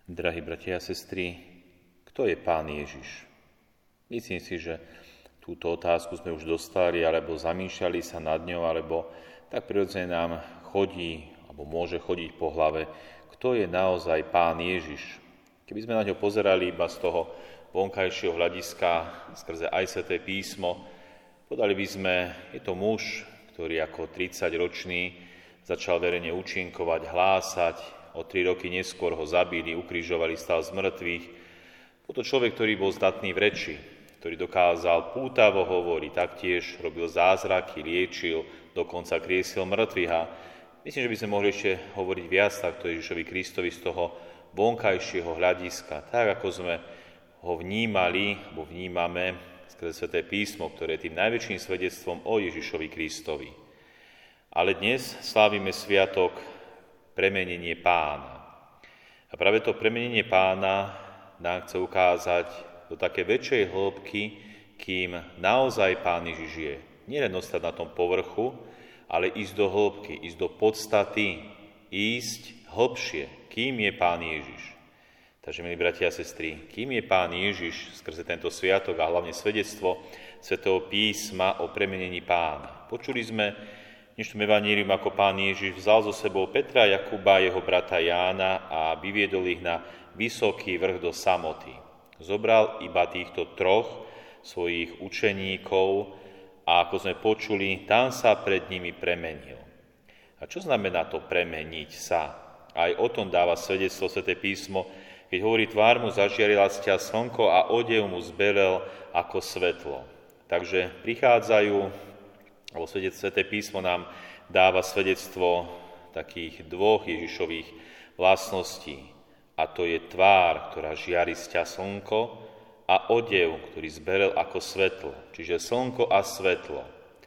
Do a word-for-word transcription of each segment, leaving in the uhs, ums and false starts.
Drahí bratia a sestry, kto je Pán Ježiš? Myslím si, že túto otázku sme už dostali, alebo zamýšľali sa nad ňou, alebo tak prirodzene nám chodí, alebo môže chodiť po hlave, kto je naozaj Pán Ježiš. Keby sme na ňo pozerali iba z toho vonkajšieho hľadiska, skrze aj Sväté písmo, podali by sme, je to muž, ktorý ako tridsaťročný začal verejne účinkovať, hlásať, o tri roky neskôr ho zabili, ukrižovali, stal z mŕtvych. Bol to človek, ktorý bol zdatný v reči, ktorý dokázal pútavo hovoriť, taktiež robil zázraky, liečil, dokonca kriesil mŕtvych. A myslím, že by sme mohli ešte hovoriť viac takto Ježišovi Kristovi z toho vonkajšieho hľadiska, tak ako sme ho vnímali, alebo vnímame skrze Sväté písmo, ktoré je tým najväčším svedectvom o Ježišovi Kristovi. Ale dnes slávime sviatok premenenie Pána. A práve to premenenie Pána nám chce ukázať do také väčšej hĺbky, kým naozaj Pán Ježiš je. Nielen ostať na tom povrchu, ale ísť do hĺbky, ísť do podstaty, ísť hlbšie, kým je Pán Ježiš. Takže, milí bratia a sestry, kým je Pán Ježiš skrze tento sviatok a hlavne svedectvo Svätého písma o premenení Pána. Počuli sme v dnešnom evanílium, ako Pán Ježiš vzal so sebou Petra, Jakuba, jeho brata Jána a vyviedol ich na vysoký vrch do samoty. Zobral iba týchto troch svojich učeníkov a ako sme počuli, tam sa pred nimi premenil. A čo znamená to premeniť sa? Aj o tom dáva svedectvo Sväté písmo, keď hovorí, tvár mu zažiarila z ťa slnko a odev mu zbelel ako svetlo. Takže prichádzajú, alebo Sväté písmo nám dáva svedectvo takých dvoch Ježišových vlastností. A to je tvár, ktorá žiari z ťa slnko, a odev, ktorý zberel ako svetlo. Čiže slnko a svetlo.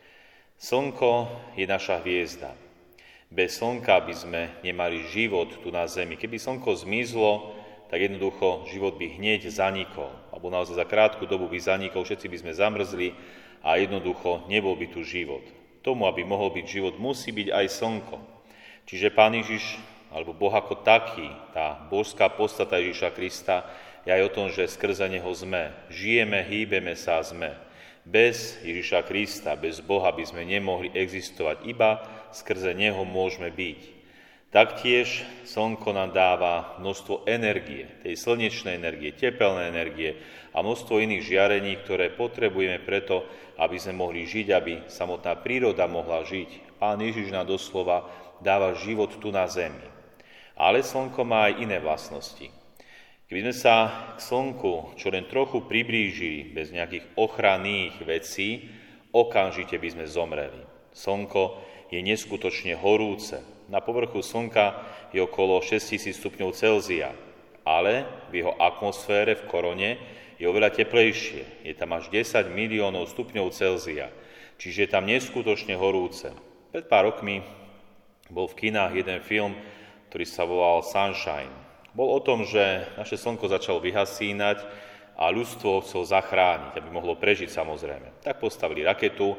Slnko je naša hviezda. Bez slnka by sme nemali život tu na zemi. Keby slnko zmizlo, tak jednoducho život by hneď zanikol. Alebo naozaj za krátku dobu by zanikol, všetci by sme zamrzli a jednoducho nebol by tu život. Tomu, aby mohol byť život, musí byť aj slnko. Čiže Pán Ježiš, alebo Boh ako taký, tá božská podstata Ježiša Krista, je aj o tom, že skrze Neho sme. Žijeme, hýbeme sa, sme. Bez Ježiša Krista, bez Boha by sme nemohli existovať. Iba skrze Neho môžeme byť. Taktiež slnko nám dáva množstvo energie, tej slnečnej energie, tepelnej energie a množstvo iných žiarení, ktoré potrebujeme preto, aby sme mohli žiť, aby samotná príroda mohla žiť. Pán Ježiš nám doslova dáva život tu na zemi. Ale slnko má aj iné vlastnosti. Keby sme sa k slnku čo len trochu priblížili bez nejakých ochranných vecí, okamžite by sme zomreli. Slnko je neskutočne horúce. Na povrchu slnka je okolo šesťtisíc stupňov Celzia, ale v jeho atmosfére v korone je oveľa teplejšie. Je tam až desať miliónov stupňov Celzia, čiže je tam neskutočne horúce. Pred pár rokmi bol v kinách jeden film, ktorý sa volal Sunshine. Bol o tom, že naše slnko začalo vyhasínať a ľudstvo chcel zachrániť, aby mohlo prežiť samozrejme. Tak postavili raketu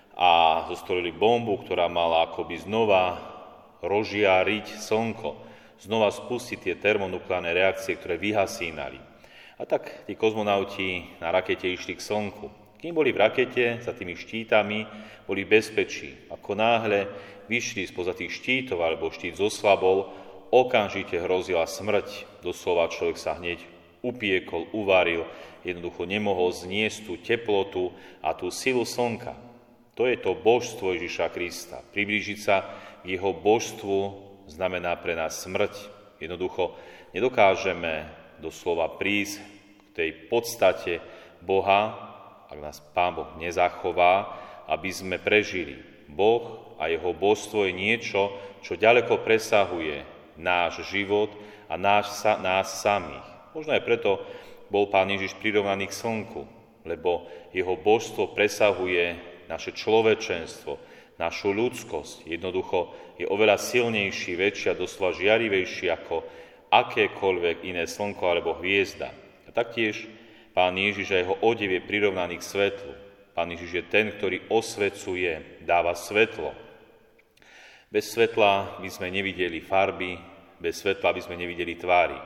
a zostrelili bombu, ktorá mala akoby znova rozžiariť slnko, znova spustiť tie termonukleárne reakcie, ktoré vyhasínali. A tak tí kozmonauti na rakete išli k slnku. Kým boli v rakete, za tými štítami, boli v bezpečí. Ako náhle vyšli spoza tých štítov, alebo štít zoslabol, okamžite hrozila smrť. Doslova človek sa hneď upiekol, uvaril, jednoducho nemohol zniesť tú teplotu a tú silu slnka. To je to božstvo Ježiša Krista. Priblížiť sa k jeho božstvu znamená pre nás smrť. Jednoducho nedokážeme doslova prísť k tej podstate Boha, ak nás Pán Boh nezachová, aby sme prežili. Boh a jeho božstvo je niečo, čo ďaleko presahuje náš život a náš, nás samých. Možno aj preto bol Pán Ježiš prirovnaný k slnku, lebo jeho božstvo presahuje naše človečenstvo, našu ľudskosť. Jednoducho je oveľa silnejší, väčšia, doslova žiarivejší ako akékoľvek iné slnko alebo hviezda. A taktiež Pán Ježiš a jeho odev je prirovnaný k svetlu. Pán Ježiš je ten, ktorý osvecuje, dáva svetlo. Bez svetla by sme nevideli farby, bez svetla by sme nevideli tvári.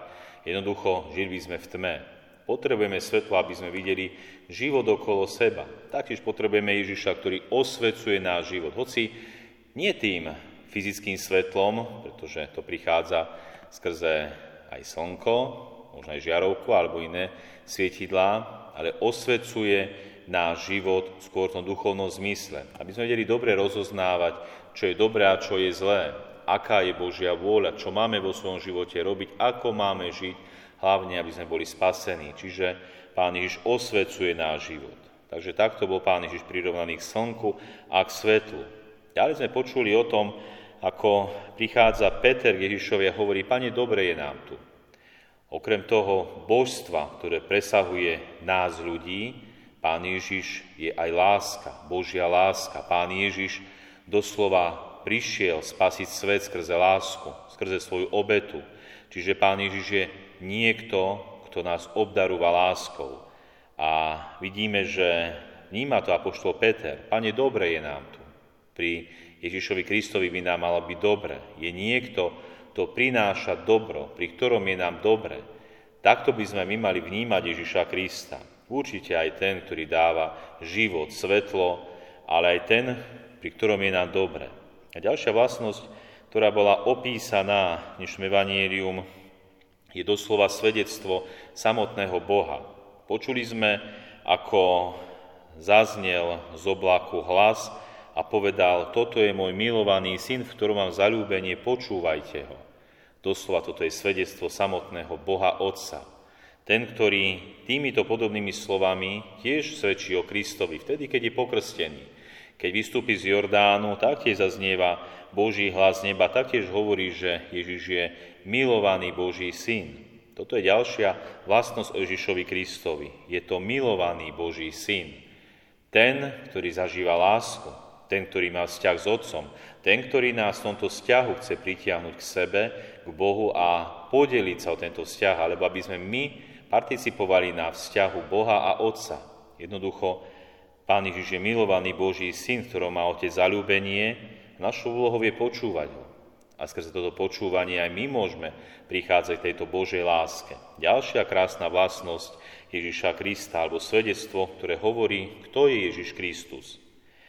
Jednoducho, žili by sme v tme. Potrebujeme svetlo, aby sme videli život okolo seba. Taktiež potrebujeme Ježiša, ktorý osvecuje náš život. Hoci nie tým fyzickým svetlom, pretože to prichádza skrze aj slnko, možno aj žiarovku alebo iné svietidlá, ale osvecuje náš život skôr v tom duchovnom zmysle. Aby sme vedeli dobre rozoznávať, čo je dobré a čo je zlé, aká je Božia vôľa, čo máme vo svojom živote robiť, ako máme žiť, hlavne, aby sme boli spasení. Čiže Pán Ježiš osvecuje náš život. Takže takto bol Pán Ježiš prirovnaný k slnku a k svetlu. Ďalej sme počuli o tom, ako prichádza Peter k Ježišovi a hovorí: Pane, dobre je nám tu. Okrem toho božstva, ktoré presahuje nás ľudí, Pán Ježiš je aj láska, Božia láska. Pán Ježiš doslova prišiel spasiť svet skrze lásku, skrze svoju obetu. Čiže Pán Ježiš je niekto, kto nás obdarúva láskou. A vidíme, že vníma to apoštol Peter. Pane, dobre je nám tu. Pri Ježišovi Kristovi by nám malo byť dobre. Je niekto, kto prináša dobro, pri ktorom je nám dobre. Takto by sme my mali vnímať Ježiša Krista. Určite aj ten, ktorý dáva život, svetlo, ale aj ten, pri ktorom je nám dobre. A ďalšia vlastnosť, ktorá bola opísaná v dnešnom evanjelium, je doslova svedectvo samotného Boha. Počuli sme, ako zaznel z oblaku hlas a povedal: Toto je môj milovaný syn, v ktorom mám zaľúbenie, počúvajte ho. Doslova toto je svedectvo samotného Boha Otca. Ten, ktorý týmito podobnými slovami tiež svedčí o Kristovi, vtedy, keď je pokrstený. Keď vystúpi z Jordánu, taktiež zaznieva Boží hlas z neba, taktiež hovorí, že Ježiš je milovaný Boží syn. Toto je ďalšia vlastnosť o Ježišovi Kristovi. Je to milovaný Boží syn. Ten, ktorý zažíva lásku, ten, ktorý má vzťah s Otcom, ten, ktorý nás v tomto vzťahu chce pritiahnuť k sebe, k Bohu a podeliť sa o tento vzťah, alebo aby sme my participovali na vzťahu Boha a Otca. Jednoducho, Pán Ježiš je milovaný Boží syn, v ktorom má Otec zaľúbenie. Našou úlohou je počúvať ho. A skrze toto počúvanie aj my môžeme prichádzať k tejto Božej láske. Ďalšia krásna vlastnosť Ježiša Krista, alebo svedectvo, ktoré hovorí, kto je Ježiš Kristus.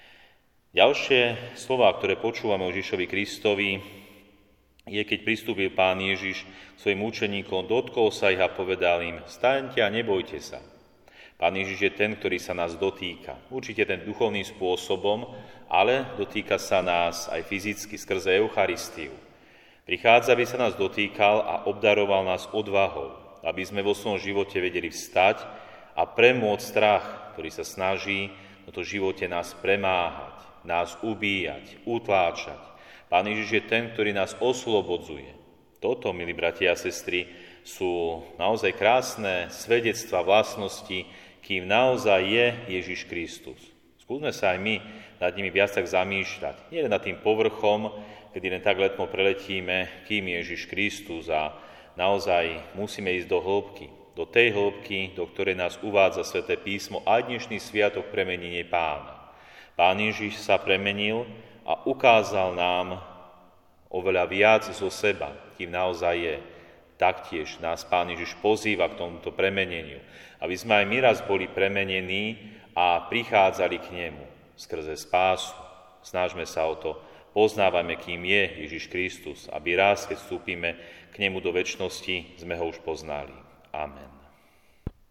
Ďalšie slová, ktoré počúvame o Ježišovi Kristovi, je, keď pristúpil Pán Ježiš k svojim učeníkom, dotkol sa ich a povedal im: Vstaňte a nebojte sa. Pán Ježiš je ten, ktorý sa nás dotýka. Určite ten duchovným spôsobom, ale dotýka sa nás aj fyzicky skrze Eucharistiu. Prichádza, aby sa nás dotýkal a obdaroval nás odvahou, aby sme vo svojom živote vedeli vstať a premôcť strach, ktorý sa snaží v tomto živote nás premáhať, nás ubíjať, utláčať. Pán Ježiš je ten, ktorý nás oslobodzuje. Toto, milí bratia a sestry, sú naozaj krásne svedectvá vlastnosti, kým naozaj je Ježiš Kristus. Skúsme sa aj my nad nimi viac tak zamýšľať. Nie len nad tým povrchom, kedy len tak letmo preletíme, kým je Ježiš Kristus, a naozaj musíme ísť do hĺbky. Do tej hĺbky, do ktorej nás uvádza Sväté písmo, aj dnešný sviatok premenenie Pána. Pán Ježiš sa premenil a ukázal nám oveľa viac zo seba, kým naozaj je. Taktiež nás Pán Ježiš pozýva k tomuto premeneniu, aby sme aj my raz boli premenení a prichádzali k nemu skrze spásu. Snažme sa o to, poznávame, kým je Ježiš Kristus, aby raz, keď vstúpime k nemu do večnosti, sme ho už poznali. Amen.